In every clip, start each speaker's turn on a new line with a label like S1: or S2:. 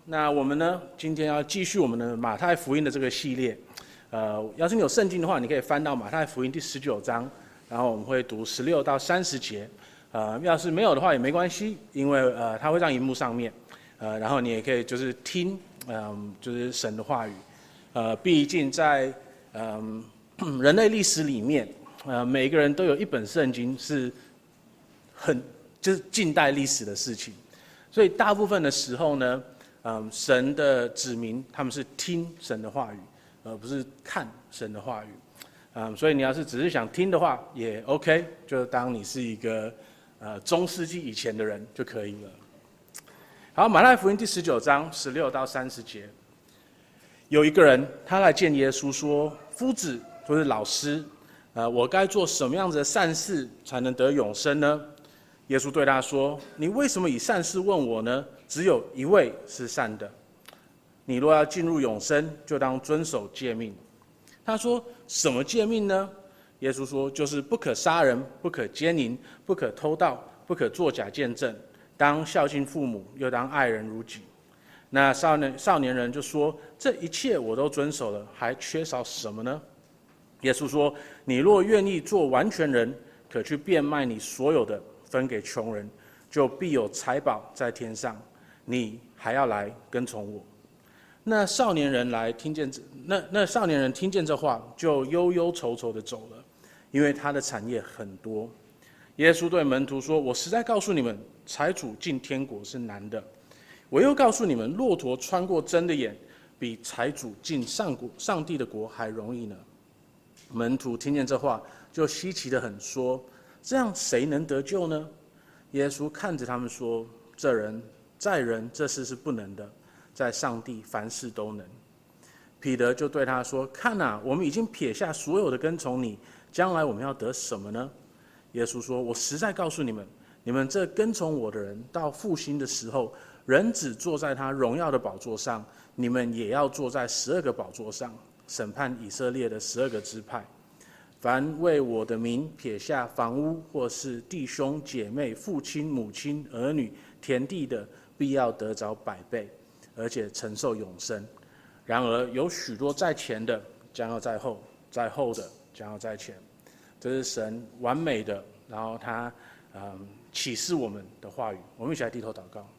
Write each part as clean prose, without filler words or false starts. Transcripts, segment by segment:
S1: 那我们呢，今天要继续我们的马太福音的这个系列。要是你有圣经的话，你可以翻到马太福音第19章，然后我们会读16到30节。要是没有的话也没关系，因为它会在荧幕上面。然后你也可以就是听，就是神的话语。毕竟在人类历史里面，每一个人都有一本圣经是就是近代历史的事情。所以大部分的时候呢，神的子民他们是听神的话语，而不是看神的话语。所以你要是只是想听的话，也 OK， 就当你是一个中世纪以前的人就可以了。好，马太福音第19章16到30节，有一个人他来见耶稣说：“夫子，或是老师，我该做什么样子的善事才能得永生呢？”耶稣对他说：“你为什么以善事问我呢？只有一位是善的。你若要进入永生，就当遵守诫命。”他说：“什么诫命呢？”耶稣说：“就是不可杀人，不可奸淫，不可偷盗，不可作假见证，当孝敬父母，又当爱人如己。”那少年人就说：“这一切我都遵守了，还缺少什么呢？”耶稣说：“你若愿意做完全人，可去变卖你所有的，分给穷人，就必有财宝在天上。你还要来跟从我。”那少年人听见这话，就忧忧愁愁的走了，因为他的产业很多。耶稣对门徒说：“我实在告诉你们，财主进天国是难的。我又告诉你们，骆驼穿过针的眼，比财主进上帝的国还容易呢。”门徒听见这话，就稀奇得很，说：“这样谁能得救呢？”耶稣看着他们说：“在人这事是不能的，在上帝凡事都能。”彼得就对他说：“看啊，我们已经撇下所有的跟从你，将来我们要得什么呢？”耶稣说：“我实在告诉你们，你们这跟从我的人，到复兴的时候，人子坐在他荣耀的宝座上，你们也要坐在12个宝座上，审判以色列的12个支派。凡为我的名撇下房屋，或是弟兄姐妹、父亲母亲、儿女、田地的，必要得着100倍，而且承受永生。然而有许多在前的，将要在后；在后的，将要在前。”这是神完美的，然后他启示我们的话语。我们一起来低头祷告。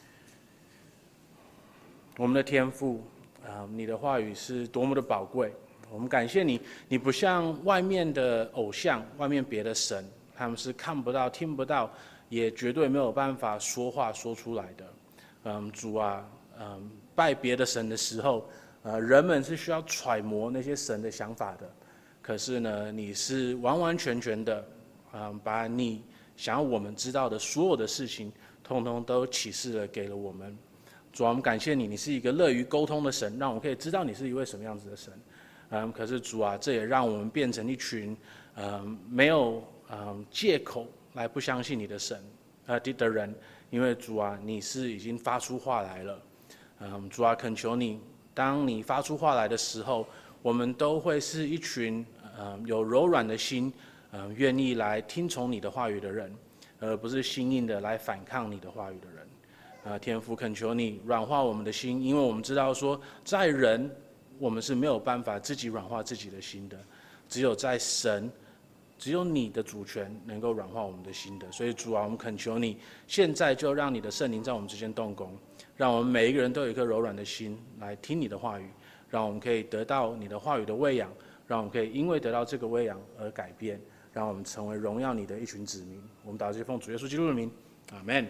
S1: 我们的天父，你的话语是多么的宝贵。我们感谢你，你不像外面的偶像，外面别的神，他们是看不到、听不到，也绝对没有办法说话说出来的。主啊，拜别的神的时候，人们是需要揣摩那些神的想法的。可是呢，你是完完全全的，把你想要我们知道的所有的事情，通通都启示了给了我们。主啊，我们感谢你，你是一个乐于沟通的神，让我们可以知道你是一位什么样子的神。可是主啊，这也让我们变成一群没有借口来不相信你的神的人，因为主啊，你是已经发出话来了。主啊，恳求你，当你发出话来的时候，我们都会是一群有柔软的心，愿意来听从你的话语的人，而不是心硬的来反抗你的话语的人。天父，恳求你软化我们的心，因为我们知道说，在人我们是没有办法自己软化自己的心的，只有在神，只有你的主权能够软化我们的心的。所以主啊，我们恳求你现在就让你的圣灵在我们之间动工，让我们每一个人都有一颗柔软的心来听你的话语，让我们可以得到你的话语的喂养，让我们可以因为得到这个喂养而改变，让我们成为荣耀你的一群子民。我们祷告奉主耶稣基督的名，阿们。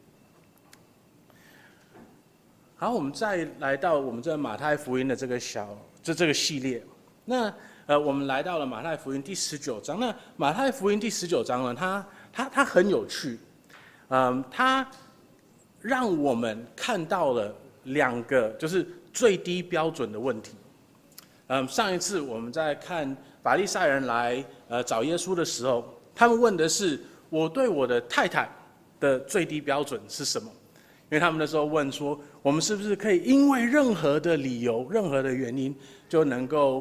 S1: 好，我们再来到我们这马太福音的这个系列。那我们来到了马太福音第19章。那马太福音第19章呢，它很有趣，它让我们看到了2个就是最低标准的问题。上一次我们在看法利赛人来找耶稣的时候，他们问的是我对我的太太的最低标准是什么？因为他们那时候问说，我们是不是可以因为任何的理由、任何的原因，就能够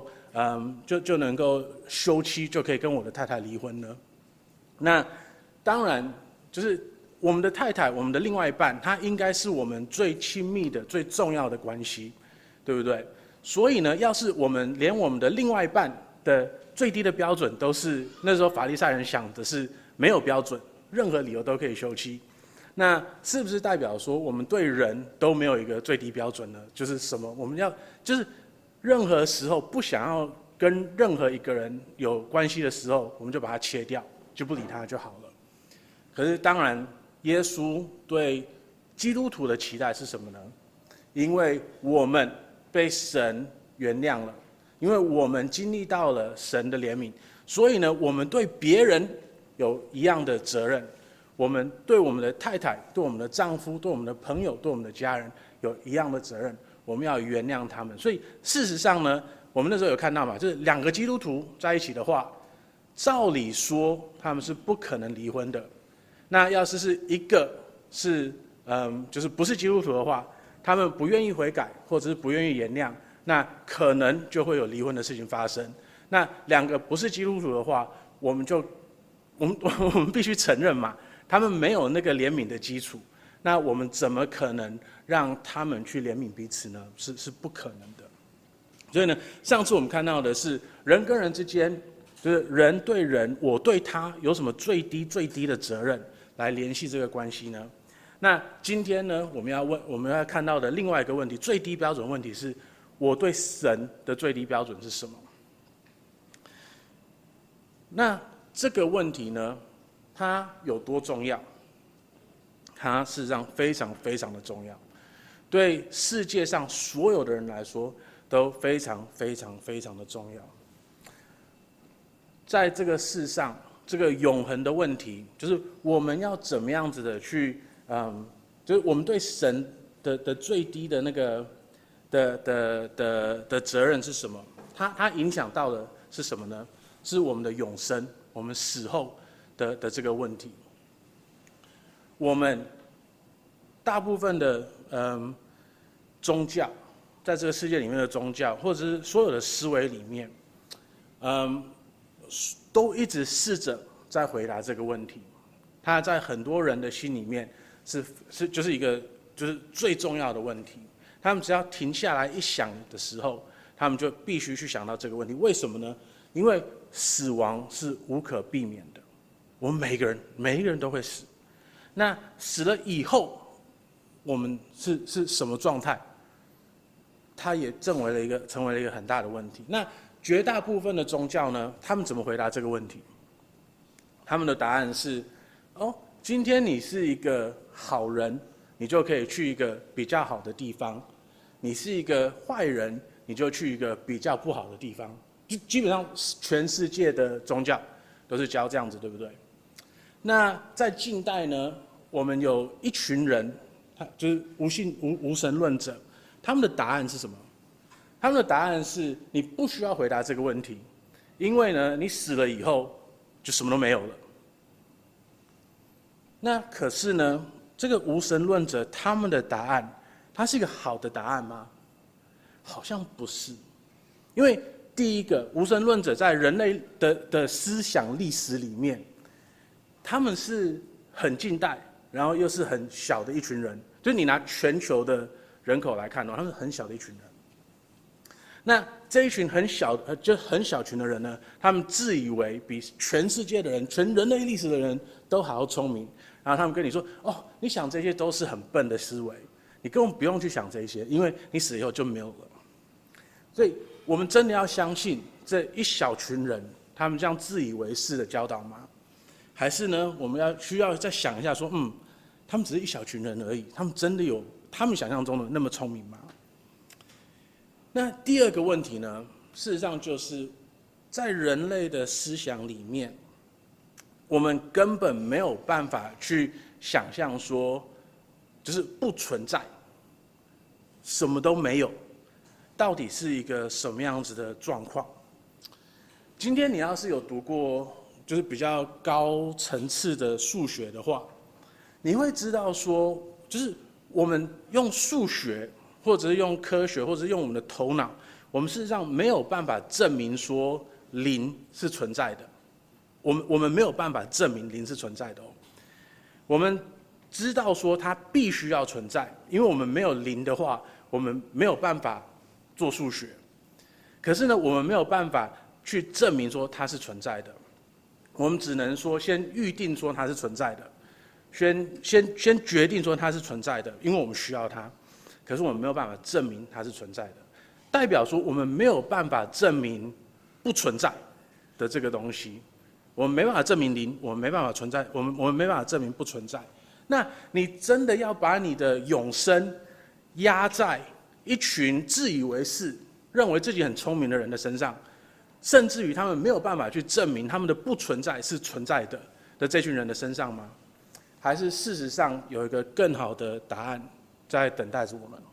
S1: 休妻，就可以跟我的太太离婚呢？那当然就是我们的太太，我们的另外一半，他应该是我们最亲密的、最重要的关系，对不对？所以呢，要是我们连我们的另外一半的最低的标准都是那时候法利赛人想的是没有标准，任何理由都可以休妻，那是不是代表说我们对人都没有一个最低标准呢？就是什么？我们要就是任何时候不想要跟任何一个人有关系的时候，我们就把它切掉，就不理他就好了。可是当然，耶稣对基督徒的期待是什么呢？因为我们被神原谅了，因为我们经历到了神的怜悯，所以呢，我们对别人有一样的责任。我们对我们的太太、对我们的丈夫、对我们的朋友、对我们的家人有一样的责任，我们要原谅他们。所以事实上呢，我们那时候有看到嘛，就是两个基督徒在一起的话，照理说他们是不可能离婚的。那要是一个是就是不是基督徒的话，他们不愿意悔改，或者是不愿意原谅，那可能就会有离婚的事情发生。那两个不是基督徒的话，我们必须承认嘛，他们没有那个怜悯的基础，那我们怎么可能让他们去怜悯彼此呢？是不可能的。所以呢，上次我们看到的是人跟人之间，就是人对人，我对他有什么最低的责任来联系这个关系呢？那今天呢，我们要看到的另外一个问题，最低标准问题是，我对神的最低标准是什么？那这个问题呢，它有多重要？它事实上非常非常的重要，对世界上所有的人来说都非常非常非常的重要。在这个世上，这个永恒的问题，就是我们要怎么样子的去，就是我们对神的最低的那个的责任是什么？它影响到的是什么呢？是我们的永生，我们死后的这个问题。我们大部分的宗教，在这个世界里面的宗教，或者是所有的思维里面，都一直试着在回答这个问题。它在很多人的心里面就是一个就是最重要的问题。他们只要停下来一想的时候，他们就必须去想到这个问题。为什么呢？因为死亡是无可避免的，我们每一个人都会死。那死了以后，我们是什么状态？它也成为了一个很大的问题。那绝大部分的宗教呢，他们怎么回答这个问题？他们的答案是：今天你是一个好人，你就可以去一个比较好的地方；你是一个坏人，你就去一个比较不好的地方。基本上全世界的宗教都是教这样子，对不对？那在近代呢，我们有一群人，就是无神论者，他们的答案是什么？他们的答案是：你不需要回答这个问题，因为呢，你死了以后就什么都没有了。那可是呢，这个无神论者他们的答案，它是一个好的答案吗？好像不是，因为第一个，无神论者在人类的思想历史里面，他们是很近代，然后又是很小的一群人。就是你拿全球的人口来看的话，他们是很小的一群人。那这一群很小群的人呢，他们自以为比全世界的人、全人类历史的人都还要聪明。然后他们跟你说：“你想这些都是很笨的思维，你根本不用去想这些，因为你死以后就没有了。”所以我们真的要相信这一小群人他们这样自以为是的教导吗？还是呢，我们需要再想一下说，他们只是一小群人而已，他们真的有他们想象中的那么聪明吗？那第二个问题呢，事实上就是在人类的思想里面，我们根本没有办法去想象说，就是不存在，什么都没有，到底是一个什么样子的状况？今天你要是有读过就是比较高层次的数学的话，你会知道说，就是我们用数学，或者是用科学，或者是用我们的头脑，我们事实上没有办法证明说零是存在的。我们没有办法证明零是存在的。我们知道说它必须要存在，因为我们没有零的话，我们没有办法做数学。可是呢，我们没有办法去证明说它是存在的，我们只能说先预定说它是存在的，先决定说它是存在的，因为我们需要它。可是我们没有办法证明它是存在的，代表说我们没有办法证明不存在的这个东西。我们没办法证明零，我们没办法存在，我们没办法证明不存在。那你真的要把你的永生压在一群自以为是、认为自己很聪明的人的身上，甚至于他们没有办法去证明他们的不存在是存在的这群人的身上吗？还是事实上有一个更好的答案在等待着我们？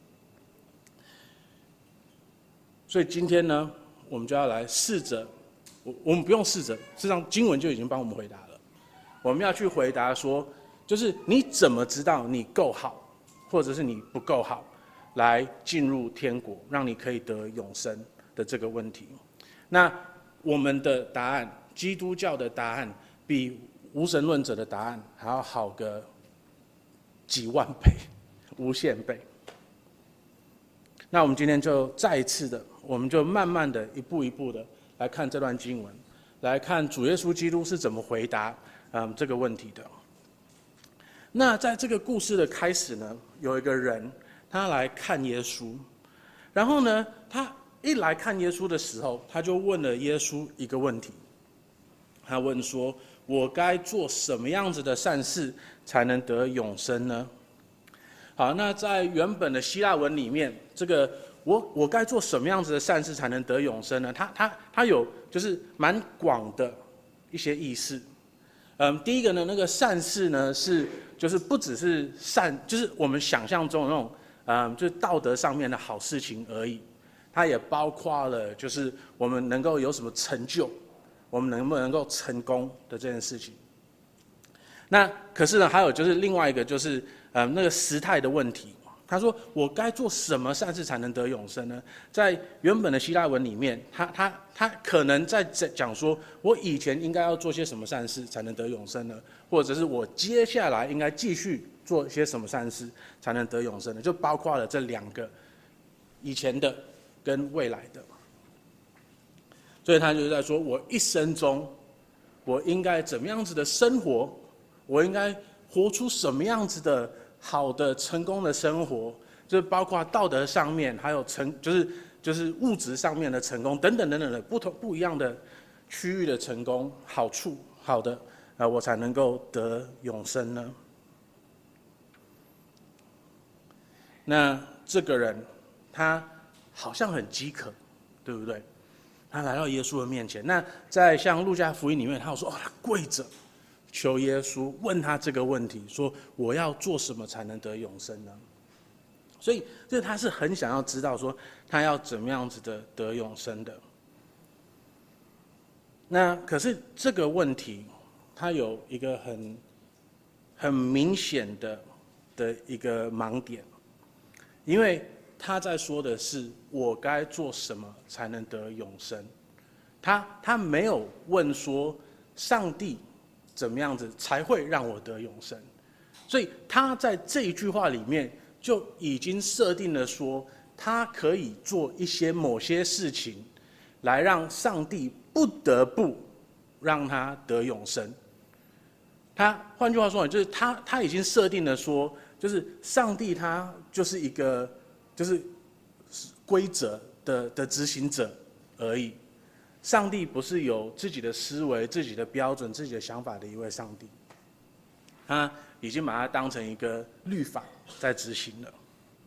S1: 所以今天呢，我们就要来试着，我们不用试着，事实上经文就已经帮我们回答了。我们要去回答说，就是你怎么知道你够好，或者是你不够好，来进入天国，让你可以得永生的这个问题。那我们的答案，基督教的答案，比无神论者的答案还要好个几万倍、无限倍。那我们今天就再一次的，我们就慢慢的、一步一步的来看这段经文，来看主耶稣基督是怎么回答这个问题的。那在这个故事的开始呢，有一个人他来看耶稣，然后呢，他一来看耶稣的时候，他就问了耶稣一个问题。他问说：“我该做什么样子的善事才能得永生呢？”好，那在原本的希腊文里面，这个我该做什么样子的善事才能得永生呢？它有就是蛮广的一些意思。第一个呢，那个善事呢就是不只是善，就是我们想象中的那种就是道德上面的好事情而已，它也包括了就是我们能够有什么成就，我们能不能够成功的这件事情。那可是呢，还有就是另外一个就是那个时态的问题。他说：“我该做什么善事才能得永生呢？”在原本的希腊文里面，他可能在讲说，我以前应该要做些什么善事才能得永生呢？或者是我接下来应该继续做些什么善事才能得永生呢？就包括了这两个，以前的跟未来的。所以他就是在说，我一生中，我应该怎么样子的生活？我应该活出什么样子的好的成功的生活，就是包括道德上面，还有就是物质上面的成功等等等等的不一样的区域的成功好处，好的我才能够得永生呢？那这个人他好像很饥渴，对不对？他来到耶稣的面前。那在像路加福音里面，他有说他跪着求耶稣，问他这个问题，说我要做什么才能得永生呢？所以这他是很想要知道说他要怎么样子的得永生的。那可是这个问题，他有一个很明显的一个盲点，因为他在说的是我该做什么才能得永生，他没有问说上帝怎么样子才会让我得永生，所以他在这一句话里面就已经设定了说，他可以做一些某些事情，来让上帝不得不让他得永生。他换句话说，就是他已经设定了说，就是上帝他就是一个就是规则的执行者而已。上帝不是有自己的思维、自己的标准、自己的想法的一位上帝，他已经把它当成一个律法在执行了。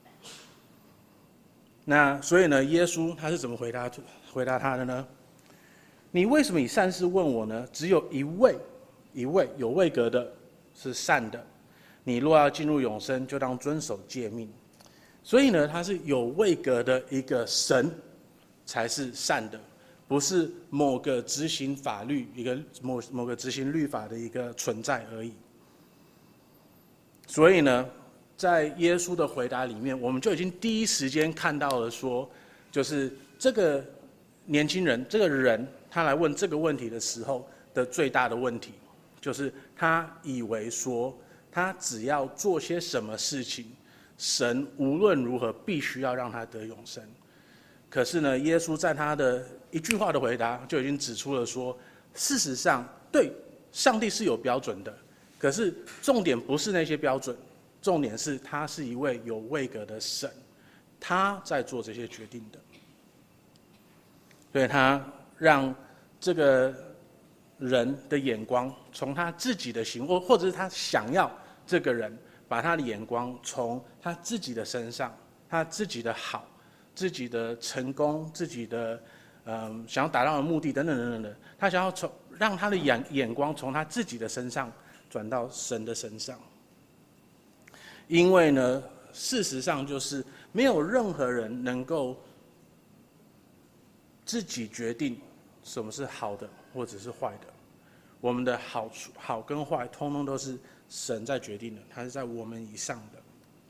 S1: 那所以呢，耶稣他是怎么回答他的呢？你为什么以善事问我呢？只有一位有位格的是善的，你若要进入永生，就当遵守诫命。所以呢，他是有位格的一个神才是善的。不是某个执行法律、某个执行律法的一个存在而已。所以呢，在耶稣的回答里面，我们就已经第一时间看到了说，就是这个年轻人，这个人他来问这个问题的时候的最大的问题，就是他以为说他只要做些什么事情，神无论如何必须要让他得永生。可是呢，耶稣在他的一句话的回答就已经指出了说，事实上，对，上帝是有标准的，可是重点不是那些标准，重点是他是一位有位格的神，他在做这些决定的。所以他让这个人的眼光从他自己的行为，或者是他想要这个人把他的眼光从他自己的身上，他自己的好，自己的成功，自己的想要达到的目的等等等等的，他想要让他的眼光从他自己的身上转到神的身上。因为呢，事实上就是没有任何人能够自己决定什么是好的或者是坏的。我们的好跟坏，通通都是神在决定的，他是在我们以上的。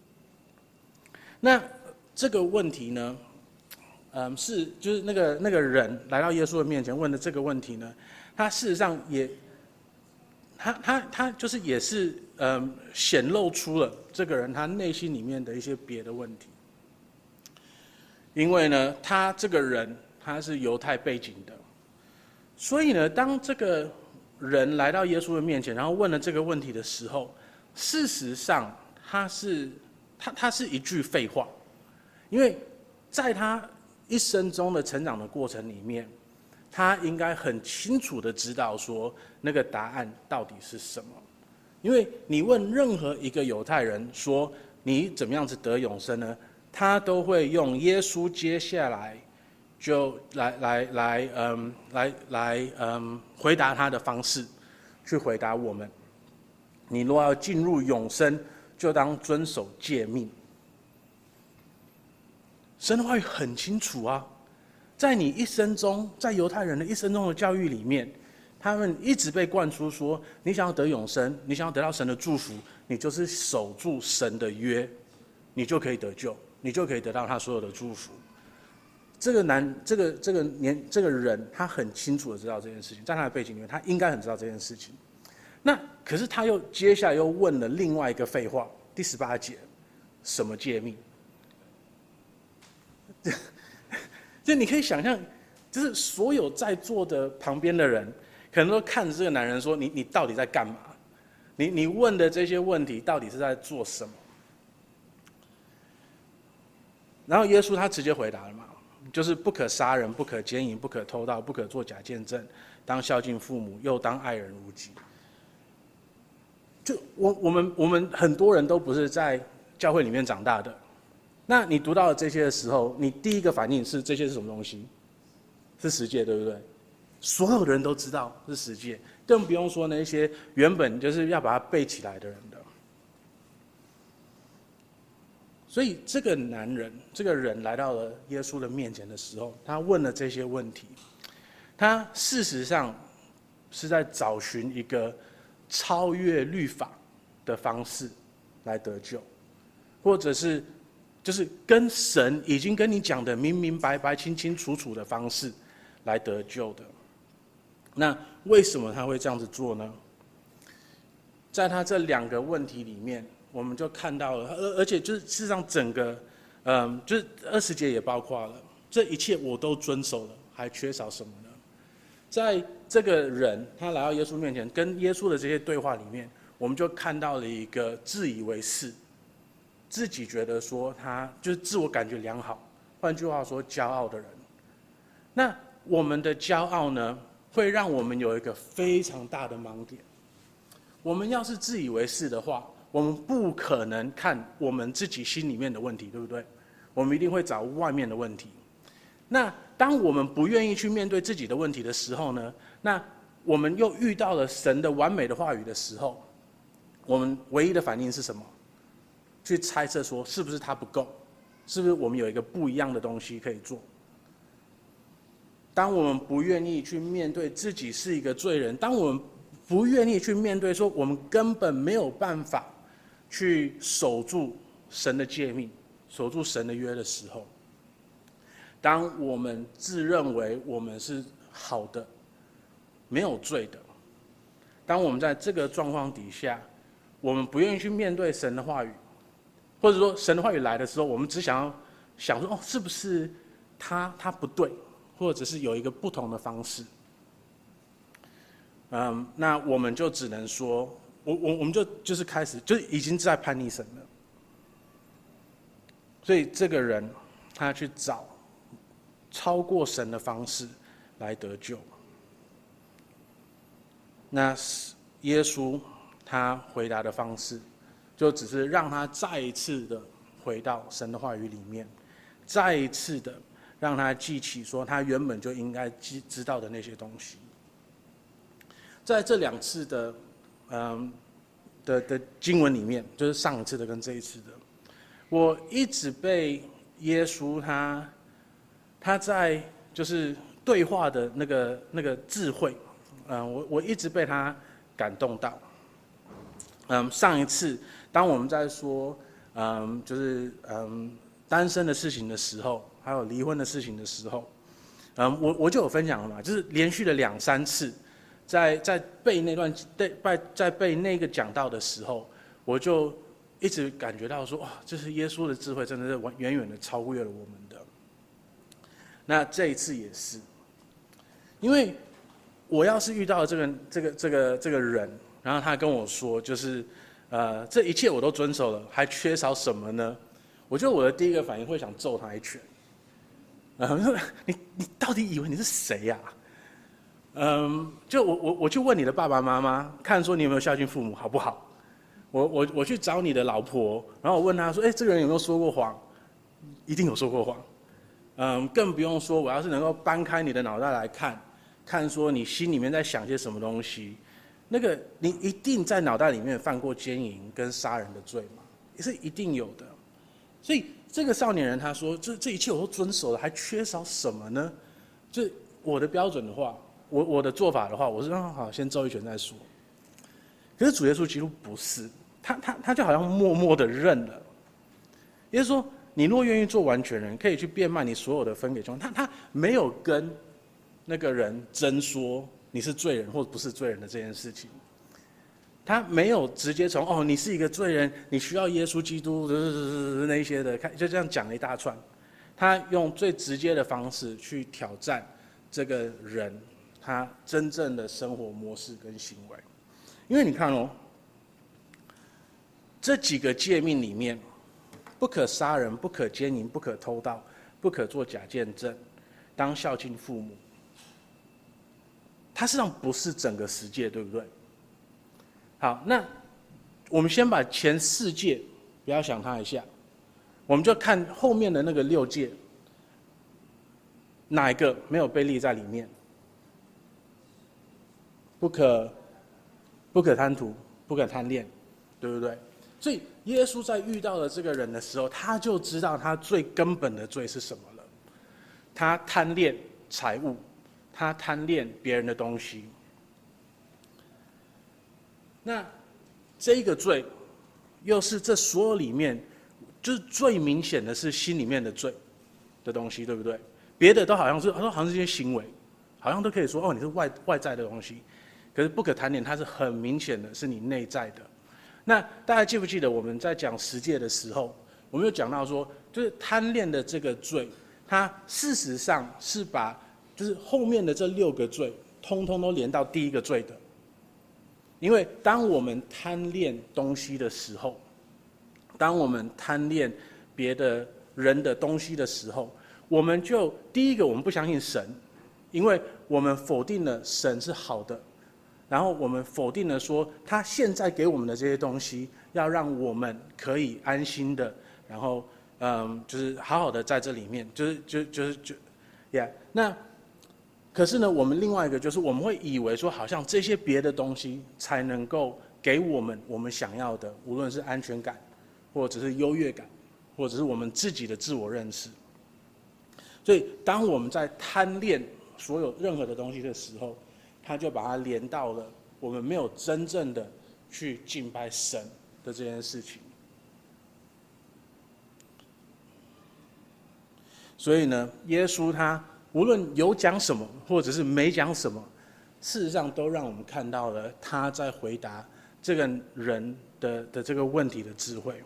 S1: 那这个问题呢，就是那个人来到耶稣的面前问的这个问题呢，他事实上也，他就是也是显露出了这个人他内心里面的一些别的问题。因为呢，他这个人他是犹太背景的，所以呢，当这个人来到耶稣的面前，然后问了这个问题的时候，事实上他是一句废话，因为在他一生中的成长的过程里面，他应该很清楚的知道说那个答案到底是什么。因为你问任何一个犹太人说你怎么样子得永生呢，他都会用耶稣接下来就来回答他的方式去回答我们。你若要进入永生，就当遵守诫命。神的话语很清楚啊，在你一生中，在犹太人的一生中的教育里面，他们一直被灌输说，你想要得永生，你想要得到神的祝福，你就是守住神的约，你就可以得救，你就可以得到他所有的祝福。这个人，他很清楚的知道这件事情，在他的背景里面，他应该很知道这件事情。那可是他又接下来又问了另外一个废话，第18节，什么诫命？就你可以想象，就是所有在座的旁边的人，可能都看着这个男人说：“你到底在干嘛？你问的这些问题到底是在做什么？”然后耶稣他直接回答了嘛，就是不可杀人，不可奸淫，不可偷盗，不可作假见证，当孝敬父母，又当爱人如己。就我们很多人都不是在教会里面长大的，那你读到了这些的时候，你第一个反应是这些是什么东西？是十诫，对不对？所有的人都知道是十诫，更不用说那些原本就是要把它背起来的人的。所以这个男人，这个人来到了耶稣的面前的时候，他问了这些问题，他事实上是在找寻一个超越律法的方式来得救，或者是就是跟神已经跟你讲的明明白白、清清楚楚的方式来得救的。那为什么他会这样子做呢？在他这两个问题里面，我们就看到了，而且就是事实上整个，就是20节也包括了，这一切我都遵守了，还缺少什么呢？在这个人他来到耶稣面前，跟耶稣的这些对话里面，我们就看到了一个自以为是，自己觉得说他就是自我感觉良好，换句话说，骄傲的人。那我们的骄傲呢，会让我们有一个非常大的盲点。我们要是自以为是的话，我们不可能看我们自己心里面的问题，对不对？我们一定会找外面的问题。那当我们不愿意去面对自己的问题的时候呢，那我们又遇到了神的完美的话语的时候，我们唯一的反应是什么？去猜测说是不是他不够，是不是我们有一个不一样的东西可以做。当我们不愿意去面对自己是一个罪人，当我们不愿意去面对说我们根本没有办法去守住神的诫命，守住神的约的时候，当我们自认为我们是好的，没有罪的，当我们在这个状况底下， 我们不愿意去面对神的话语，或者说神的话语来的时候，我们只想说哦，是不是他不对，或者是有一个不同的方式。那我们就只能说，我们就是开始就已经在叛逆神了。所以这个人他去找超过神的方式来得救。那耶稣他回答的方式，就只是让他再一次的回到神的话语里面，再一次的让他记起说他原本就应该知道的那些东西。在这2次的经文里面，就是上一次的跟这一次的，我一直被耶稣他在就是对话的那个智慧，我一直被他感动到。上一次当我们在说就是单身的事情的时候，还有离婚的事情的时候，我就有分享了嘛，就是连续的2、3次。在背那个讲道的时候，我就一直感觉到说，哇，这是耶稣的智慧，真的是远远的超越了我们的。那这一次也是，因为我要是遇到这个人，然后他跟我说，就是这一切我都遵守了，还缺少什么呢？我觉得我的第一个反应会想揍他一拳。你到底以为你是谁呀？就我去问你的爸爸妈妈，看说你有没有孝敬父母，好不好？我去找你的老婆，然后我问她说，这个人有没有说过谎？一定有说过谎。更不用说，我要是能够搬开你的脑袋来看说你心里面在想些什么东西，那个你一定在脑袋里面犯过奸淫跟杀人的罪嘛，也是一定有的。所以这个少年人他说，这一切我都遵守了，还缺少什么呢？就我的标准的话。我的做法的话，我是好先揍一拳再说。可是主耶稣基督不是，他就好像默默的认了。也就是说，你若愿意做完全人，可以去变卖你所有的分给穷人。他没有跟那个人争说你是罪人或不是罪人的这件事情。他没有直接从你是一个罪人，你需要耶稣基督那一些的，就这样讲了一大串。他用最直接的方式去挑战这个人。他真正的生活模式跟行为，因为你看这几个诫命里面，不可杀人，不可奸淫，不可偷盗，不可作假见证，当孝敬父母。它实际上不是整个10诫，对不对？好，那我们先把前4诫不要想它一下，我们就看后面的那个6诫，哪一个没有被列在里面？不可贪图，不可贪恋，对不对？所以耶稣在遇到了这个人的时候，他就知道他最根本的罪是什么了。他贪恋财物，他贪恋别人的东西。那这一个罪，又是这所有里面，就是最明显的是心里面的罪的东西，对不对？别的都好像是这些行为，好像都可以说你是外在的东西。可是不可贪恋，它是很明显的是你内在的。那大家记不记得我们在讲10诫的时候，我们有讲到说，就是贪恋的这个罪，它事实上是把就是后面的这6个罪，通通都连到第一个罪的。因为当我们贪恋东西的时候，当我们贪恋别的人的东西的时候，我们就第一个我们不相信神，因为我们否定了神是好的。然后我们否定了说，他现在给我们的这些东西，要让我们可以安心的，然后就是好好的在这里面，那可是呢，我们另外一个就是我们会以为说，好像这些别的东西才能够给我们想要的，无论是安全感，或者是优越感，或者是我们自己的自我认识。所以，当我们在贪恋所有任何的东西的时候，他就把它连到了我们没有真正的去敬拜神的这件事情。所以呢，耶稣他无论有讲什么，或者是没讲什么，事实上都让我们看到了他在回答这个人的这个问题的智慧。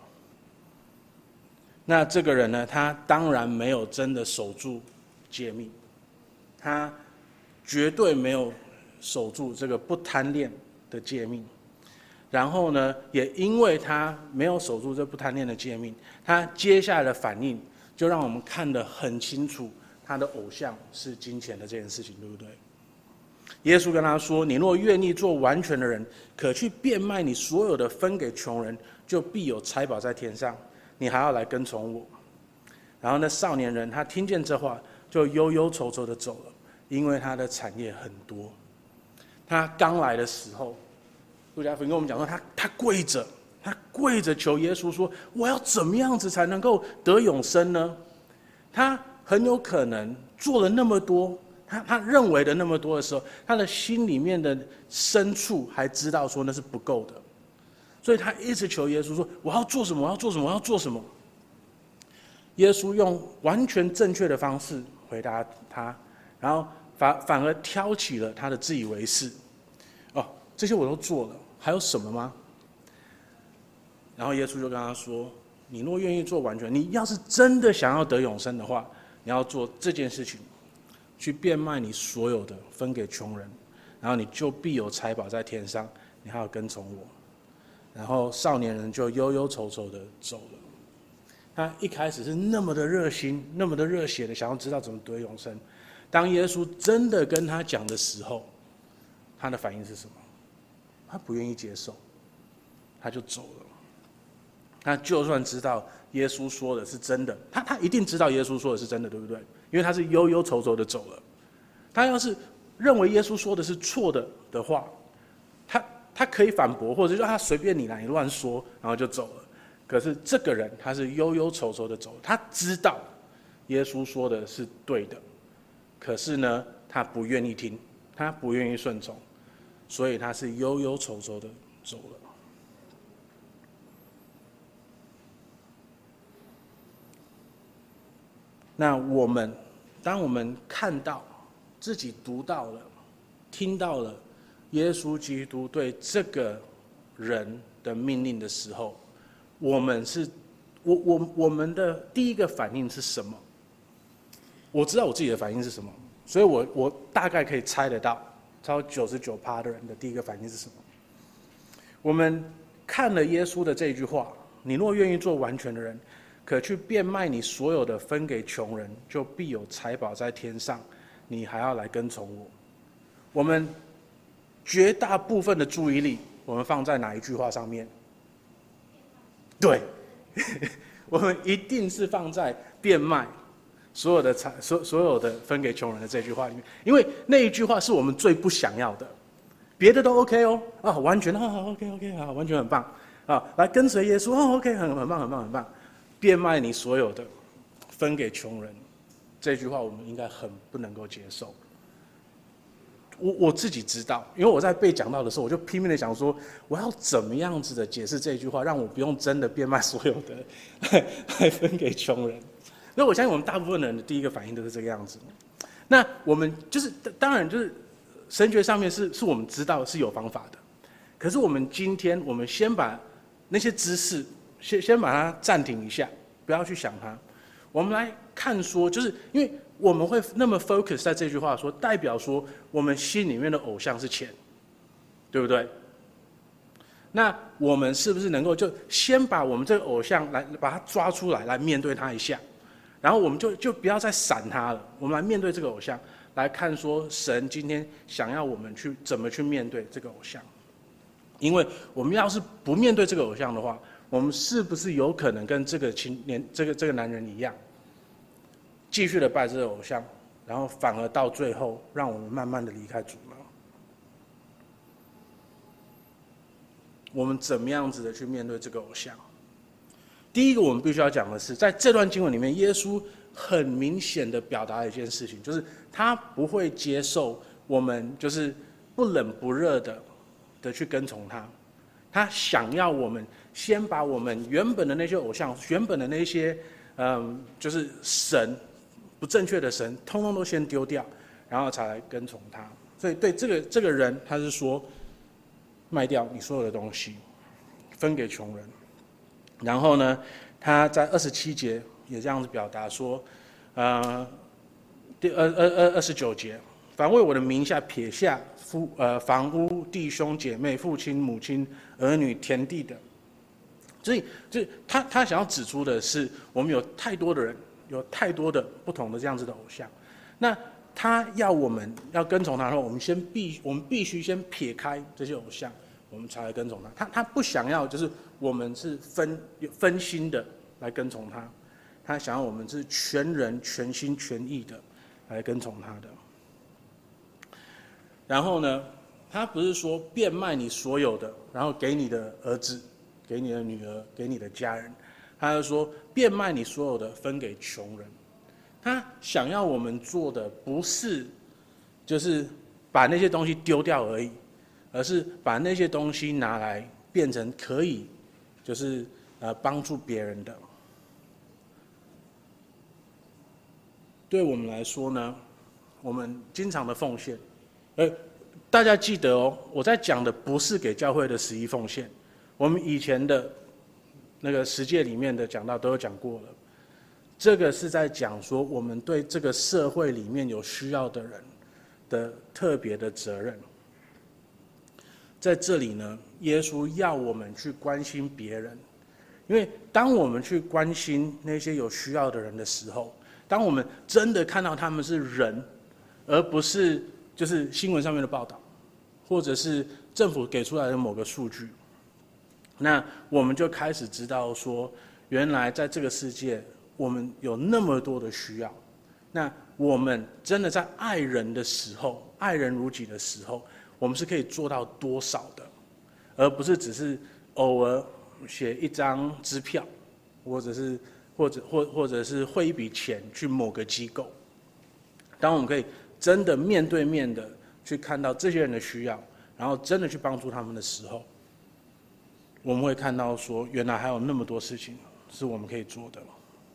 S1: 那这个人呢，他当然没有真的守住诫命，他绝对没有守住这个不贪恋的诫命。然后呢，也因为他没有守住这不贪恋的诫命，他接下来的反应就让我们看得很清楚，他的偶像是金钱的这件事情，对不对？耶稣跟他说：“你若愿意做完全的人，可去变卖你所有的，分给穷人，就必有财宝在天上。你还要来跟从我。”然后那少年人他听见这话，就忧忧愁愁的走了，因为他的产业很多。他刚来的时候，路加福音跟我们讲说，他跪着求耶稣说：“我要怎么样子才能够得永生呢？”他很有可能做了那么多，他认为的那么多的时候，他的心里面的深处还知道说那是不够的，所以他一直求耶稣说：“我要做什么？我要做什么？我要做什么？”耶稣用完全正确的方式回答他，然后反而挑起了他的自以为是。哦，这些我都做了，还有什么吗？然后耶稣就跟他说：“你若愿意做完全，你要是真的想要得永生的话，你要做这件事情，去变卖你所有的，分给穷人，然后你就必有财宝在天上，你还要跟从我。”然后少年人就忧忧愁愁的走了。他一开始是那么的热心，那么的热血的想要知道怎么得永生。当耶稣真的跟他讲的时候，他的反应是什么？他不愿意接受，他就走了。他就算知道耶稣说的是真的，他一定知道耶稣说的是真的，对不对？因为他是忧忧愁愁的走了。他要是认为耶稣说的是错的话，他可以反驳，或者就他随便你啦，你乱说，然后就走了。可是这个人他是忧忧愁愁的走了，他知道耶稣说的是对的，可是呢，他不愿意听，他不愿意顺从，所以他是忧忧愁愁的走了。那当我们看到自己读到了、听到了耶稣基督对这个人的命令的时候，我们的第一个反应是什么？我知道我自己的反应是什么，所以我大概可以猜得到，超99%的人的第一个反应是什么？我们看了耶稣的这句话：“你若愿意做完全的人，可去变卖你所有的，分给穷人，就必有财宝在天上。你还要来跟从我。”我们绝大部分的注意力，我们放在哪一句话上面？对，我们一定是放在变卖所有的分给穷人的这句话里面，因为那一句话是我们最不想要的，别的都 OK 哦，啊，完全OK 好，完全很棒啊，来跟随耶稣哦 OK 很棒，变卖你所有的，分给穷人，这句话我们应该很不能够接受。我自己知道，因为我在被讲到的时候，我就拼命的想说，我要怎么样子的解释这句话，让我不用真的变卖所有的来分给穷人。所以我相信我们大部分人的第一个反应都是这个样子。那我们就是当然就是神学上面是我们知道是有方法的，可是我们今天我们先把那些知识先把它暂停一下，不要去想它。我们来看说，就是因为我们会那么 focus 在这句话说，代表说我们心里面的偶像是钱，对不对？那我们是不是能够就先把我们这个偶像来把它抓出来，来面对它一下，然后我们就不要再闪它了，我们来面对这个偶像，来看说神今天想要我们去怎么去面对这个偶像。因为我们要是不面对这个偶像的话，我们是不是有可能跟这个男人一样，继续的拜这个偶像，然后反而到最后让我们慢慢的离开主呢？我们怎么样子的去面对这个偶像？第一个我们必须要讲的是，在这段经文里面，耶稣很明显的表达了一件事情，就是他不会接受我们就是不冷不热的去跟从他，他想要我们先把我们原本的那些偶像，原本的那些就是神不正确的神，通通都先丢掉，然后才来跟从他。所以对这个人，他是说， 卖掉你所有的东西，分给穷人。然后呢，他在27节也这样子表达说，第29节，凡为我的名下撇下房屋、弟兄姐妹、父亲母亲、儿女、田地的。所以，他想要指出的是，我们有太多的人，有太多的不同的这样子的偶像。那他要我们要跟从他的话，我们必须先撇开这些偶像，我们才来跟从他。他不想要就是我们是分心的来跟从他，他想要我们是全人全心全意的来跟从他的。然后呢，他不是说变卖你所有的，然后给你的儿子、给你的女儿、给你的家人，他就说变卖你所有的分给穷人。他想要我们做的不是就是把那些东西丢掉而已，而是把那些东西拿来变成可以就是帮助别人的。对我们来说呢，我们经常的奉献，大家记得哦，我在讲的不是给教会的11奉献，我们以前的那个10诫里面的讲到都有讲过了。这个是在讲说，我们对这个社会里面有需要的人的特别的责任。在这里呢，耶稣要我们去关心别人，因为当我们去关心那些有需要的人的时候，当我们真的看到他们是人，而不是就是新闻上面的报道，或者是政府给出来的某个数据，那我们就开始知道说，原来在这个世界，我们有那么多的需要。那我们真的在爱人的时候，爱人如己的时候，我们是可以做到多少的，而不是只是偶尔写一张支票，或者是汇一笔钱去某个机构。当我们可以真的面对面的去看到这些人的需要，然后真的去帮助他们的时候，我们会看到说，原来还有那么多事情是我们可以做的。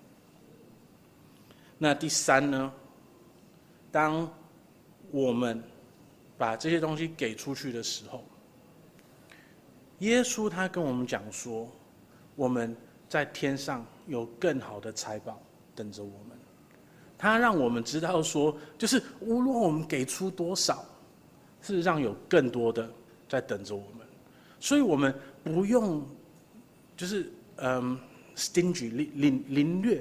S1: 那第三呢，当我们把这些东西给出去的时候，耶稣他跟我们讲说，我们在天上有更好的财宝等着我们。他让我们知道说，就是无论我们给出多少，事实上有更多的在等着我们。所以我们不用就是stingy 凌略。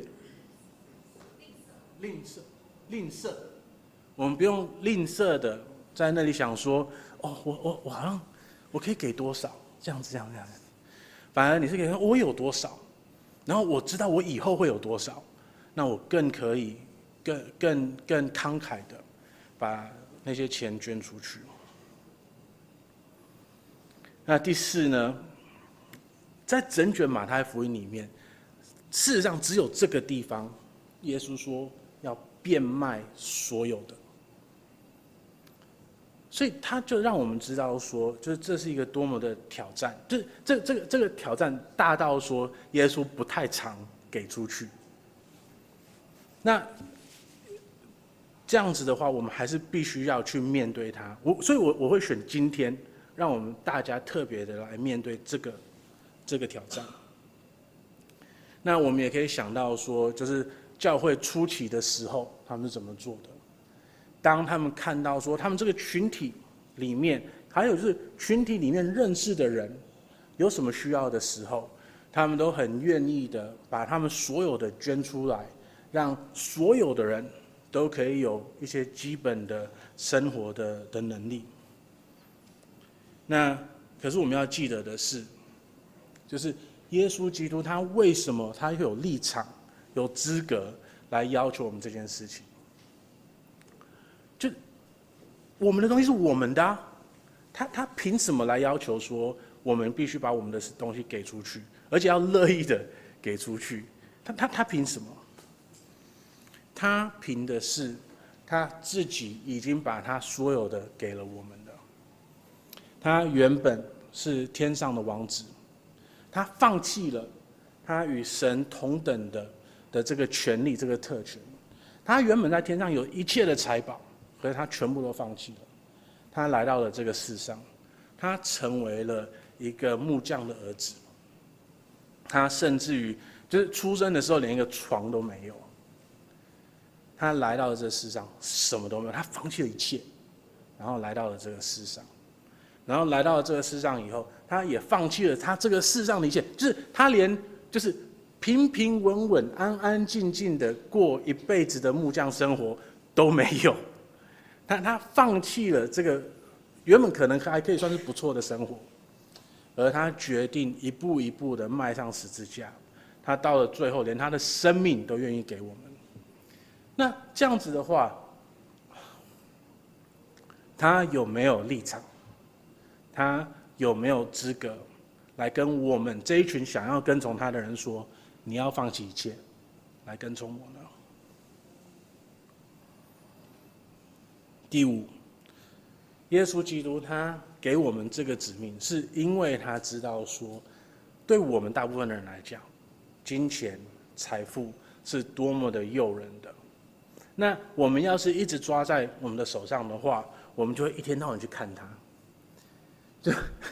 S1: 吝啬，我们不用吝啬的在那里想说，哦，我好像我可以给多少，这样子，反而你是可以说我有多少，然后我知道我以后会有多少，那我更可以更慷慨的把那些钱捐出去。那第四呢，在整卷马太福音里面，事实上只有这个地方，耶稣说要变卖所有的，所以他就让我们知道说，就是这是一个多么的挑战，就是这个挑战大到说，耶稣不太常给出去。那这样子的话，我们还是必须要去面对它。所以我会选今天，让我们大家特别的来面对这个挑战。那我们也可以想到说，就是教会初期的时候，他们是怎么做的？当他们看到说，他们这个群体里面，还有就是群体里面认识的人有什么需要的时候，他们都很愿意的把他们所有的捐出来，让所有的人都可以有一些基本的生活的能力。那可是我们要记得的是，就是耶稣基督他为什么他有立场、有资格来要求我们这件事情？就我们的东西是我们的啊，他凭什么来要求说我们必须把我们的东西给出去，而且要乐意的给出去？他凭什么？他凭的是他自己已经把他所有的给了我们的。他原本是天上的王子，他放弃了他与神同等的这个权利、这个特权。他原本在天上有一切的财宝，可是他全部都放弃了。他来到了这个世上， 他成为了一个木匠的儿子。他甚至于就是出生的时候连一个床都没有。他来到了这世上，什么都没有，他放弃了一切，然后来到了这个世上。然后来到了这个世上以后，他也放弃了他这个世上的一切，就是他连就是平平稳稳、安安静静的过一辈子的木匠生活都没有。他放弃了这个原本可能还可以算是不错的生活，而他决定一步一步的迈上十字架。他到了最后，连他的生命都愿意给我们。那这样子的话，他有没有立场？他有没有资格来跟我们这一群想要跟从他的人说，你要放弃一切来跟从我呢？第五，耶稣基督他给我们这个指命，是因为他知道说，对我们大部分的人来讲，金钱、财富是多么的诱人的。那我们要是一直抓在我们的手上的话，我们就会一天到晚去看它。就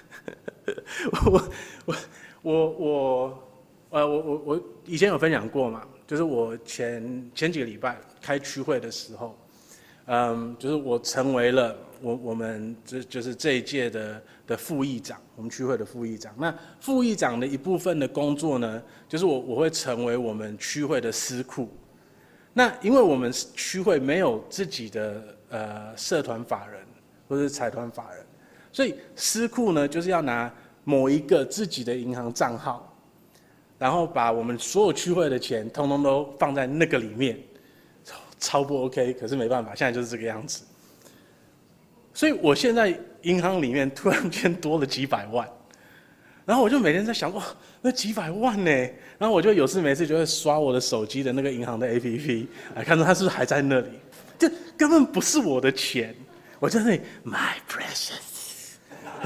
S1: 我以前有分享过嘛，就是我前几个礼拜开区会的时候，就是我成为了我们就是这一届的副议长，我们区会的副议长。那副议长的一部分的工作呢，就是我会成为我们区会的司库。那因为我们区会没有自己的社团法人或者财团法人，所以司库呢就是要拿某一个自己的银行账号，然后把我们所有区会的钱通通都放在那个里面，超不 OK， 可是没办法，现在就是这个样子。所以我现在银行里面突然间多了几百万，然后我就每天在想，哇，那几百万呢？然后我就有事没事就会刷我的手机的那个银行的 APP， 来看到它是不是还在那里。这根本不是我的钱，我在那里 My precious，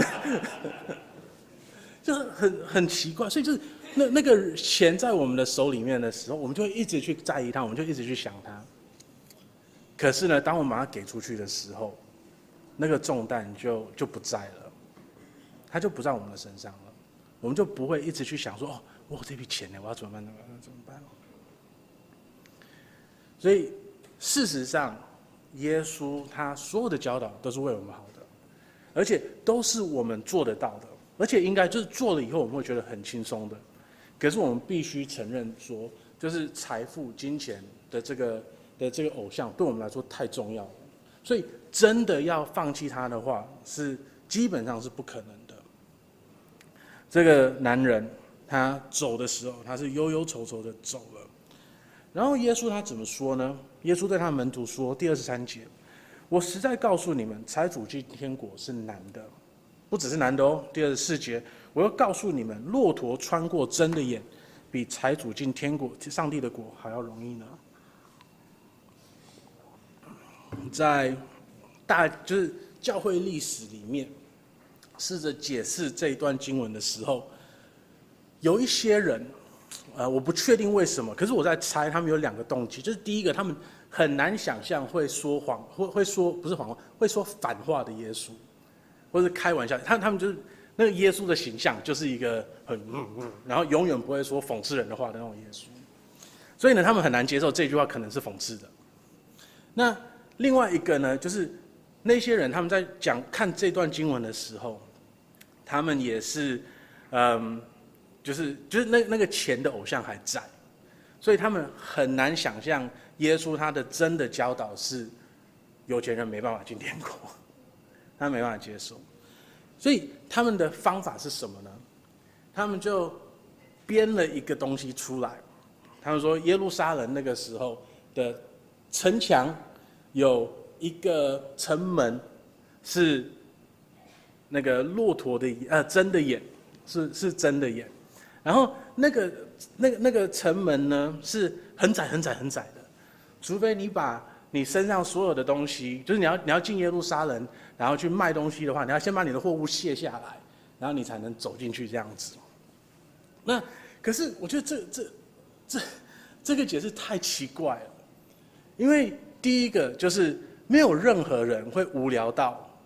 S1: 就是很奇怪。所以就是那个钱在我们的手里面的时候，我们就会一直去在意它，我们就一直去想它。可是呢，当我们把它给出去的时候，那个重担就不在了，它就不在我们的身上了。我们就不会一直去想说，哦，我有这笔钱呢，我要怎么办？怎么办？所以事实上，耶稣他所有的教导都是为我们好的，而且都是我们做得到的，而且应该就是做了以后我们会觉得很轻松的。可是我们必须承认说，就是财富、金钱的这个偶像，对我们来说太重要了。所以真的要放弃它的话，是基本上是不可能的。这个男人他走的时候，他是忧忧愁愁的走了。然后耶稣他怎么说呢？耶稣对他门徒说，第23节，我实在告诉你们，财主进天国是难的，不只是难的哦。第24节，我要告诉你们，骆驼穿过针的眼，比财主进天国上帝的国还要容易呢。在就是教会历史里面，试着解释这一段经文的时候，有一些人，我不确定为什么，可是我在猜他们有2个动机，就是第一个，他们很难想象会说谎，会说不是谎话，会说反话的耶稣，或是开玩笑，他们就是那个耶稣的形象就是一个很然后永远不会说讽刺人的话的那种耶稣，所以呢，他们很难接受这句话可能是讽刺的。那另外一个呢，就是那些人他们在看这段经文的时候，他们也是，就是那个钱的偶像还在，所以他们很难想象耶稣他的真的教导是有钱人没办法进天国，他没办法接受，所以他们的方法是什么呢？他们就编了一个东西出来，他们说耶路撒冷那个时候的城墙有一个城门是那个骆驼的针的眼，是针的眼，然后那个城门呢是很窄很窄很窄的，除非你把你身上所有的东西，就是你要进耶路撒冷，然后去卖东西的话，你要先把你的货物卸下来，然后你才能走进去这样子。那可是我觉得这个解释太奇怪了，因为第一个就是没有任何人会无聊到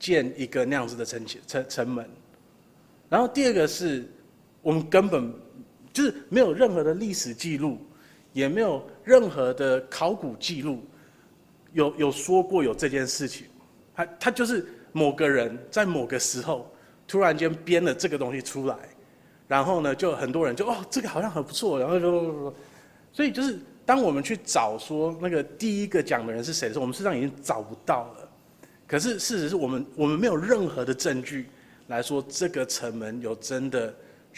S1: 建一个那样子的城门。然后第二个是，我们根本就是没有任何的历史记录，也没有任何的考古记录，有说过有这件事情。他就是某个人在某个时候突然间编了这个东西出来，然后呢，就很多人就这个好像很不错，然后所以就是当我们去找说那个第一个讲的人是谁的时候，我们事实上已经找不到了。可是事实是我们没有任何的证据来说这个城门有真的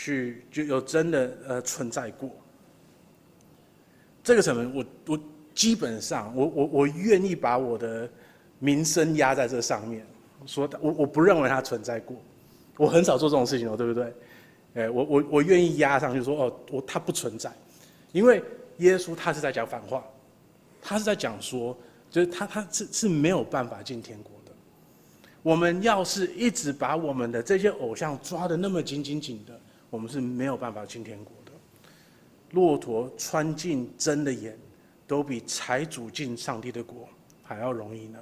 S1: 存在过。这个城门我基本上我愿意把我的名声压在这上面，说我不认为它存在过。我很少做这种事情对不对？我愿意压上去说它不存在，因为耶稣他是在讲反话，他是在讲说，就是他是没有办法进天国的。我们要是一直把我们的这些偶像抓得那么紧的，我们是没有办法进天国的。骆驼穿进针的眼，都比财主进上帝的国还要容易呢。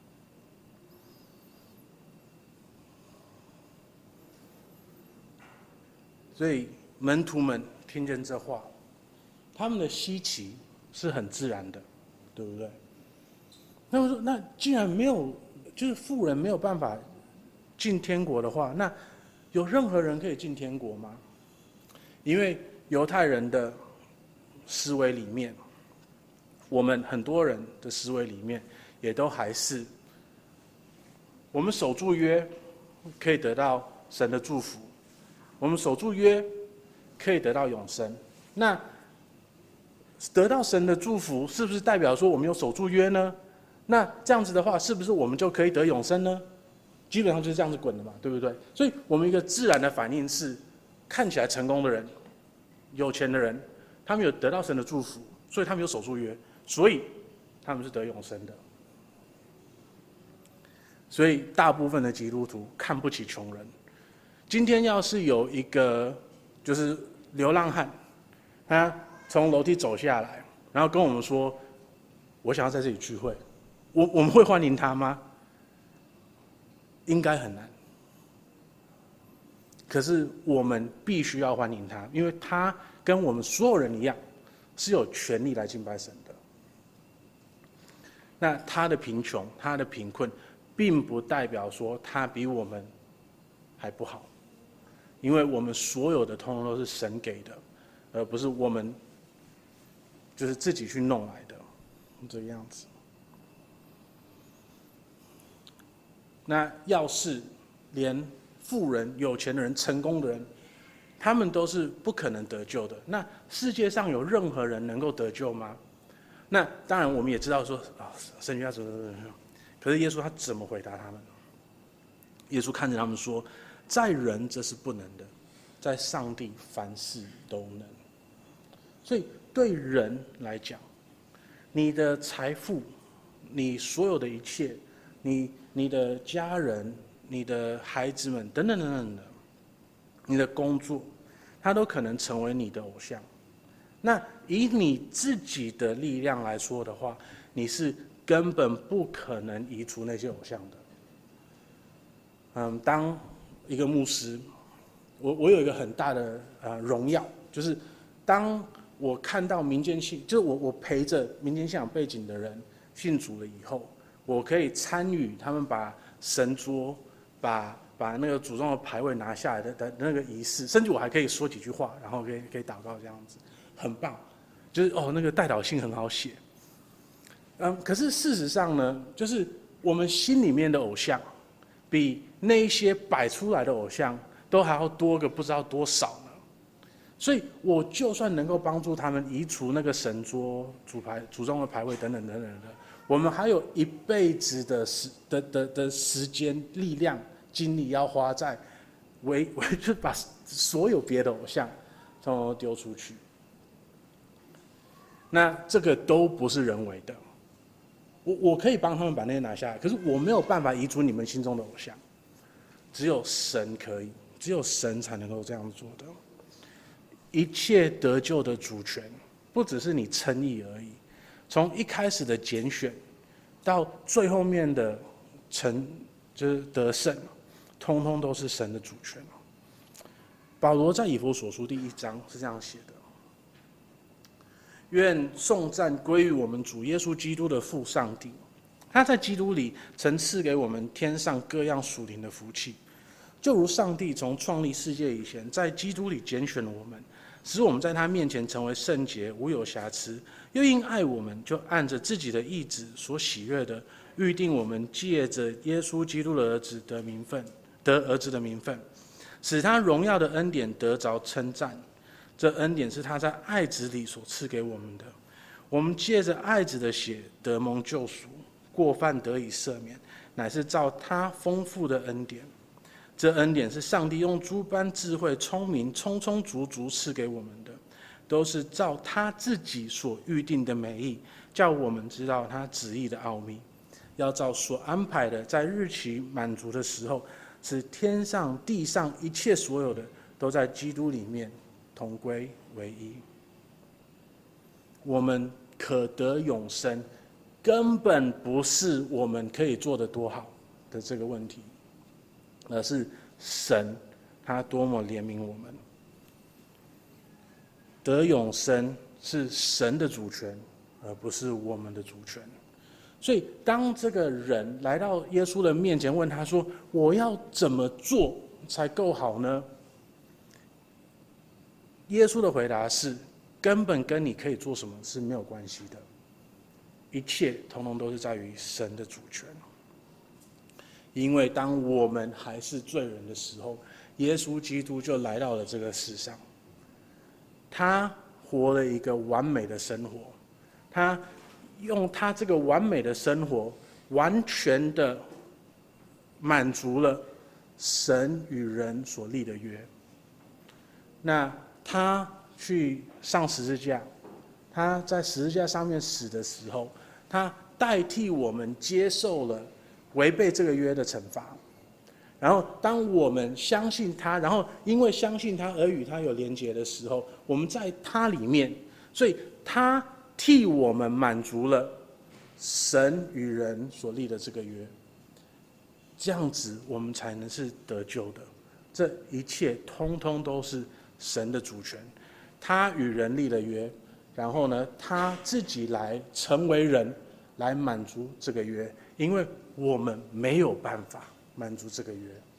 S1: 所以门徒们听见这话，他们的稀奇是很自然的，对不对？那么说，那既然没有，就是富人没有办法进天国的话，那有任何人可以进天国吗？因为犹太人的思维里面，我们很多人的思维里面，也都还是我们守住约可以得到神的祝福，我们守住约可以得到永生。那得到神的祝福，是不是代表说我们有守住约呢？那这样子的话，是不是我们就可以得永生呢？基本上就是这样子滚的嘛，对不对？所以我们一个自然的反应是，看起来成功的人、有钱的人，他们有得到神的祝福，所以他们有守住约，所以他们是得永生的。所以大部分的基督徒看不起穷人。今天要是有一个就是流浪汉，他从楼梯走下来，然后跟我们说：“我想要在这里聚会。”我们会欢迎他吗？应该很难。可是我们必须要欢迎他，因为他跟我们所有人一样，是有权利来敬拜神的。那他的贫穷、他的贫困，并不代表说他比我们还不好，因为我们所有的通通都是神给的，而不是我们就是自己去弄来的，这个样子。那要是连富人、有钱的人、成功的人，他们都是不可能得救的，那世界上有任何人能够得救吗？那当然我们也知道说圣经要怎么，可是耶稣他怎么回答他们？耶稣看着他们说：“在人这是不能的，在上帝凡事都能。”所以对人来讲，你的财富、你所有的一切，你的家人、你的孩子们等等等等的，你的工作，它都可能成为你的偶像。那以你自己的力量来说的话，你是根本不可能移除那些偶像的。当一个牧师，我有一个很大的荣耀，就是当我看到民间信，就是我陪着民间信仰背景的人信主了以后，我可以参与他们把神桌、把那个祖宗的牌位拿下来的那个仪式，甚至我还可以说几句话，然后可以祷告，这样子很棒。就是那个代祷信很好写。可是事实上呢，就是我们心里面的偶像，比那一些摆出来的偶像都还要多个不知道多少呢。所以我就算能够帮助他们移除那个神桌、祖宗的牌位等等等等的，我们还有一辈子的时间、力量、精力要花在就把所有别的偶像通通丢出去。那这个都不是人为的，我可以帮他们把那些拿下来，可是我没有办法移除你们心中的偶像，只有神可以，只有神才能够这样做的。一切得救的主权，不只是你称义而已，从一开始的拣选，到最后面的就是得胜，通通都是神的主权。保罗在以弗所书第1章是这样写的：愿颂赞归于我们主耶稣基督的父上帝，他在基督里曾赐给我们天上各样属灵的福气，就如上帝从创立世界以前，在基督里拣选了我们，使我们在他面前成为圣洁，无有瑕疵。又因爱我们，就按着自己的意志所喜悦的，预定我们借着耶稣基督的儿子得儿子的名分，使他荣耀的恩典得着称赞。这恩典是他在爱子里所赐给我们的。我们借着爱子的血得蒙救赎，过犯得以赦免，乃是照他丰富的恩典。这恩典是上帝用诸般智慧、聪明、充充足足赐给我们的，都是照他自己所预定的美意，叫我们知道他旨意的奥秘，要照所安排的，在日期满足的时候，使天上地上一切所有的，都在基督里面同归为一。我们可得永生，根本不是我们可以做得多好的这个问题，而是神他多么怜悯我们。得永生是神的主权，而不是我们的主权。所以当这个人来到耶稣的面前，问他说：我要怎么做才够好呢？耶稣的回答是：根本跟你可以做什么是没有关系的，一切统统都是在于神的主权。因为当我们还是罪人的时候，耶稣基督就来到了这个世上，他活了一个完美的生活，他用他这个完美的生活，完全的满足了神与人所立的约。那他去上十字架，他在十字架上面死的时候，他代替我们接受了违背这个约的惩罚。然后当我们相信他，然后因为相信他而与他有连结的时候，我们在他里面，所以他替我们满足了神与人所立的这个约，这样子我们才能是得救的。这一切通通都是神的主权，他与人立了约，然后呢，他自己来成为人，来满足这个约，因为我们没有办法满足这个约。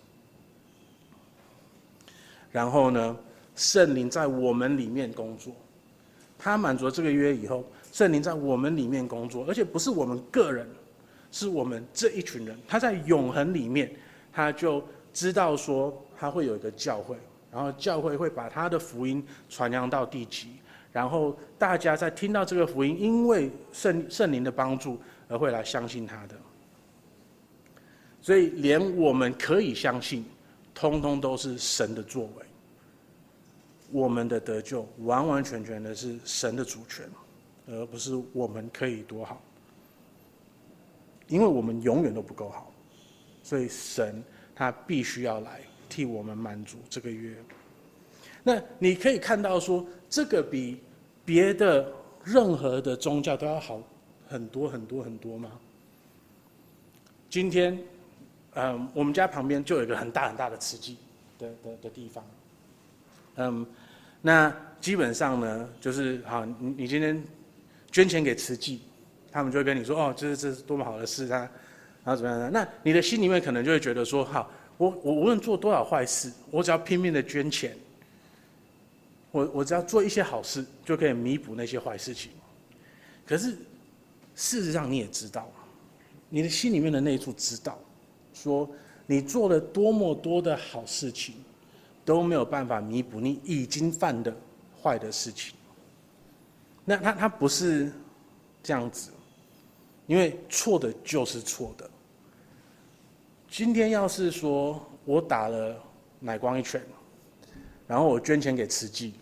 S1: 然后呢，圣灵在我们里面工作，他满足了这个约以后，圣灵在我们里面工作，而且不是我们个人，是我们这一群人。他在永恒里面，他就知道说他会有一个教会，然后教会会把他的福音传扬到地极，然后大家在听到这个福音，因为圣灵的帮助而会来相信他的。所以连我们可以相信，通通都是神的作为。我们的得救完完全全的是神的主权，而不是我们可以多好。因为我们永远都不够好，所以神他必须要来替我们满足这个约。那你可以看到说，这个比别的任何的宗教都要好很多很多很多吗？今天我们家旁边就有一个很大很大的慈济的地方，那基本上呢，就是好，你今天捐钱给慈济，他们就会跟你说，哦，这是多么好的事啊，然后怎么样呢？那你的心里面可能就会觉得说，好，我无论做多少坏事，我只要拼命的捐钱，我只要做一些好事，就可以弥补那些坏事情。可是事实上你也知道，你的心里面的那一处知道，说你做了多么多的好事情，都没有办法弥补你已经犯的坏的事情。那他不是这样子，因为错的就是错的。今天要是说我打了乃光一拳，然后我捐钱给慈济，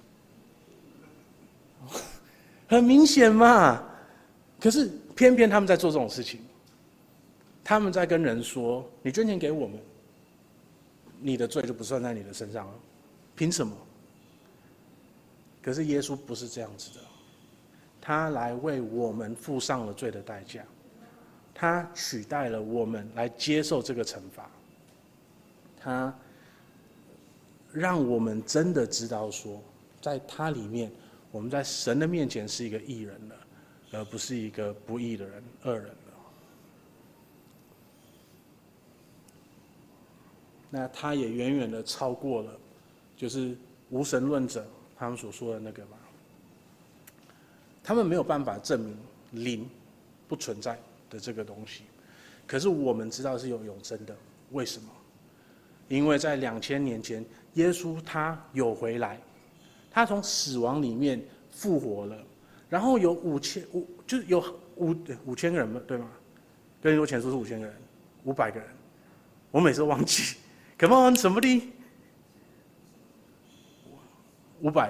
S1: 很明显嘛。可是偏偏他们在做这种事情，他们在跟人说：你捐钱给我们，你的罪就不算在你的身上了，凭什么？可是耶稣不是这样子的，他来为我们付上了罪的代价， 他取代了我们来接受这个惩罚，他让我们真的知道说，在他里面，我们在神的面前是一个义人了，而不是一个不义的人、恶人了。那他也远远的超过了，就是无神论者他们所说的那个嘛，他们没有办法证明灵不存在的这个东西，可是我们知道是有永生的，为什么？因为在2000年前，耶稣他有回来，他从死亡里面复活了，然后有就是有5000个人对吗？哥林多前书是5000个人，500个人，我每次都忘记。Come on， 什么的？500。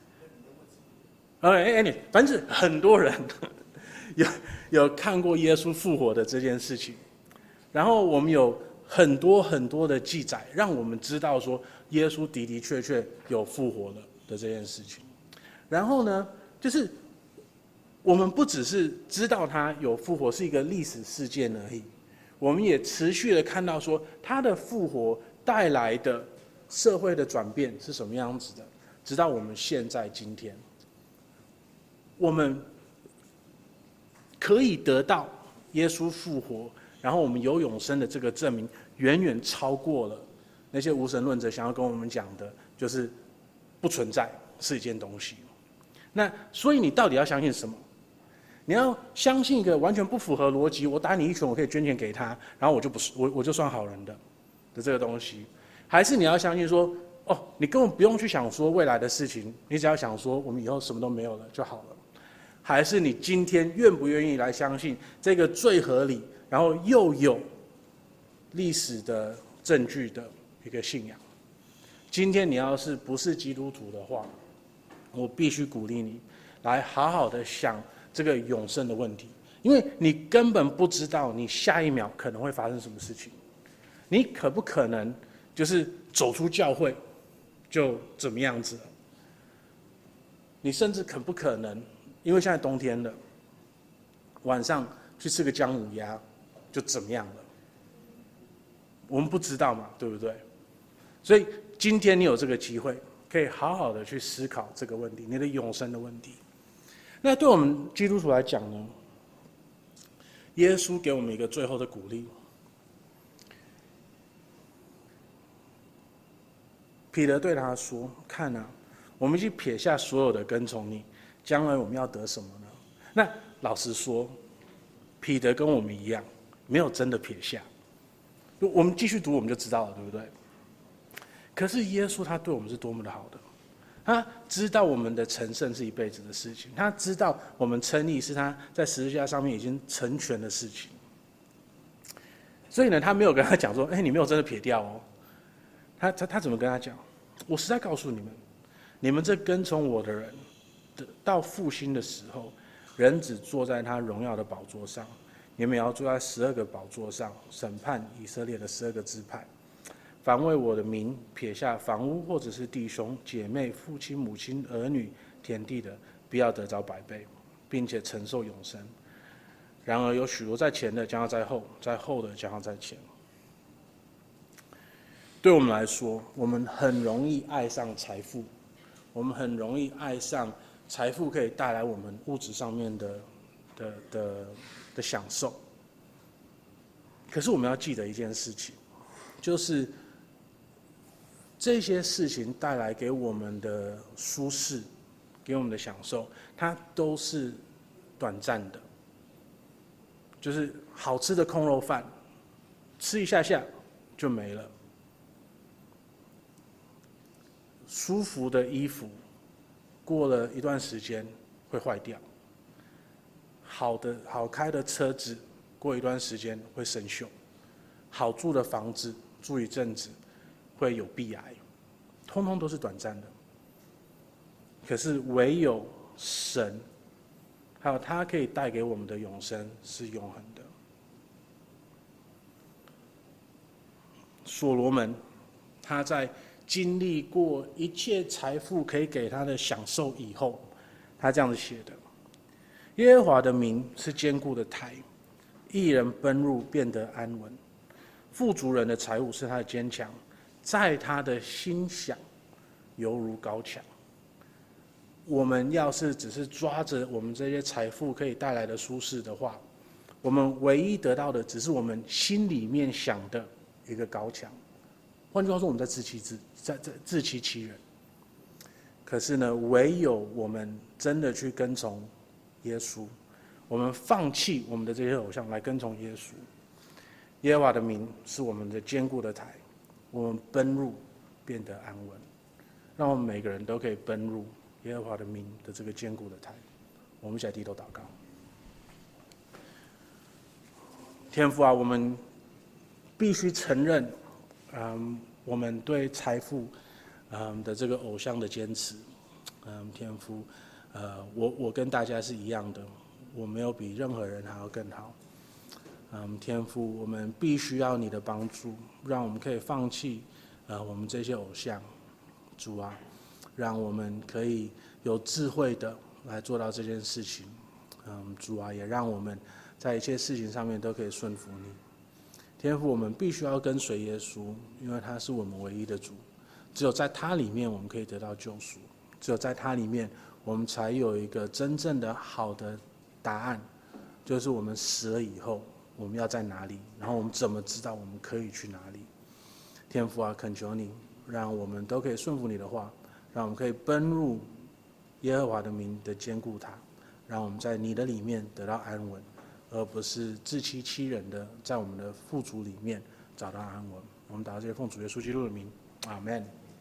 S1: 反正是很多人有看过耶稣复活的这件事情，然后我们有很多的记载，让我们知道说耶稣的确有复活了的这件事情。然后呢，就是我们不只是知道他有复活是一个历史事件而已，我们也持续的看到说他的复活带来的社会的转变是什么样子的，直到我们现在今天，我们可以得到耶稣复活，然后我们有永生的这个证明，远远超过了那些无神论者想要跟我们讲的，就是不存在是一件东西。那所以你到底要相信什么？你要相信一个完全不符合逻辑，我打你一拳，我可以捐钱给他，然后我就算好人的这个东西，还是你要相信说，你根本不用去想说未来的事情，你只要想说我们以后什么都没有了就好了。还是你今天愿不愿意来相信这个最合理，然后又有历史的证据的一个信仰？今天你要是不是基督徒的话，我必须鼓励你来好好的想这个永生的问题，因为你根本不知道你下一秒可能会发生什么事情。你可不可能就是走出教会就怎么样子了？你甚至可不可能因为现在冬天了，晚上去吃个姜母鸭就怎么样了？我们不知道嘛，对不对？所以今天你有这个机会，可以好好的去思考这个问题，你的永生的问题。那对我们基督徒来讲呢，耶稣给我们一个最后的鼓励。彼得对他说：“看啊，我们已经撇下所有的跟从你，将来我们要得什么呢？”那老实说，彼得跟我们一样，没有真的撇下。我们继续读，我们就知道了，对不对？可是耶稣他对我们是多么的好的，他知道我们的成圣是一辈子的事情，他知道我们称义是他在十字架上面已经成全的事情。所以呢，他没有跟他讲说：“你没有真的撇掉哦。”他怎么跟他讲？我实在告诉你们，你们这跟从我的人，到复兴的时候，人只坐在他荣耀的宝座上，你们也要坐在12个宝座上，审判以色列的12个支派。凡为我的名撇下房屋或者是弟兄姐妹、父亲母亲、儿女、田地的，必要得着100倍，并且承受永生。然而有许多在前的，将要在后；在后的，将要在前。对我们来说，我们很容易爱上财富，我们很容易爱上财富可以带来我们物质上面的享受。可是我们要记得一件事情，就是这些事情带来给我们的舒适，给我们的享受，它都是短暂的。就是好吃的空肉饭，吃一下下就没了。舒服的衣服，过了一段时间会坏掉；好开的车子，过一段时间会生锈；好住的房子，住一阵子会有壁癌，通通都是短暂的。可是唯有神，还有他可以带给我们的永生是永恒的。所罗门，他在经历过一切财富可以给他的享受以后，他这样子写的：耶和华的名是坚固的台， 义人奔入，变得安稳。富足人的财物是他的坚强，在他的心想，犹如高墙。我们要是只是抓着我们这些财富可以带来的舒适的话，我们唯一得到的只是我们心里面想的一个高墙。换句话说，我们在自欺欺人。可是呢，唯有我们真的去跟从耶稣，我们放弃我们的这些偶像来跟从耶稣。耶和华的名是我们的坚固的台，我们奔入变得安稳。让我们每个人都可以奔入耶和华的名的这个坚固的台。我们一起来低头祷告。天父啊，我们必须承认，我们对财富，的这个偶像的坚持，天父，我跟大家是一样的，我没有比任何人还要更好。天父，我们必须要你的帮助，让我们可以放弃，我们这些偶像，主啊，让我们可以有智慧的来做到这件事情。主啊，也让我们在一切事情上面都可以顺服你。天父，我们必须要跟随耶稣，因为他是我们唯一的主。只有在他里面，我们可以得到救赎；只有在他里面，我们才有一个真正的好的答案，就是我们死了以后，我们要在哪里？然后我们怎么知道我们可以去哪里？天父啊，恳求你，让我们都可以顺服你的话，让我们可以奔入耶和华的名的坚固塔，让我们在你的里面得到安稳，而不是自欺欺人的在我们的富足里面找到安稳。我们祷告这些奉主耶稣基督的名，阿们。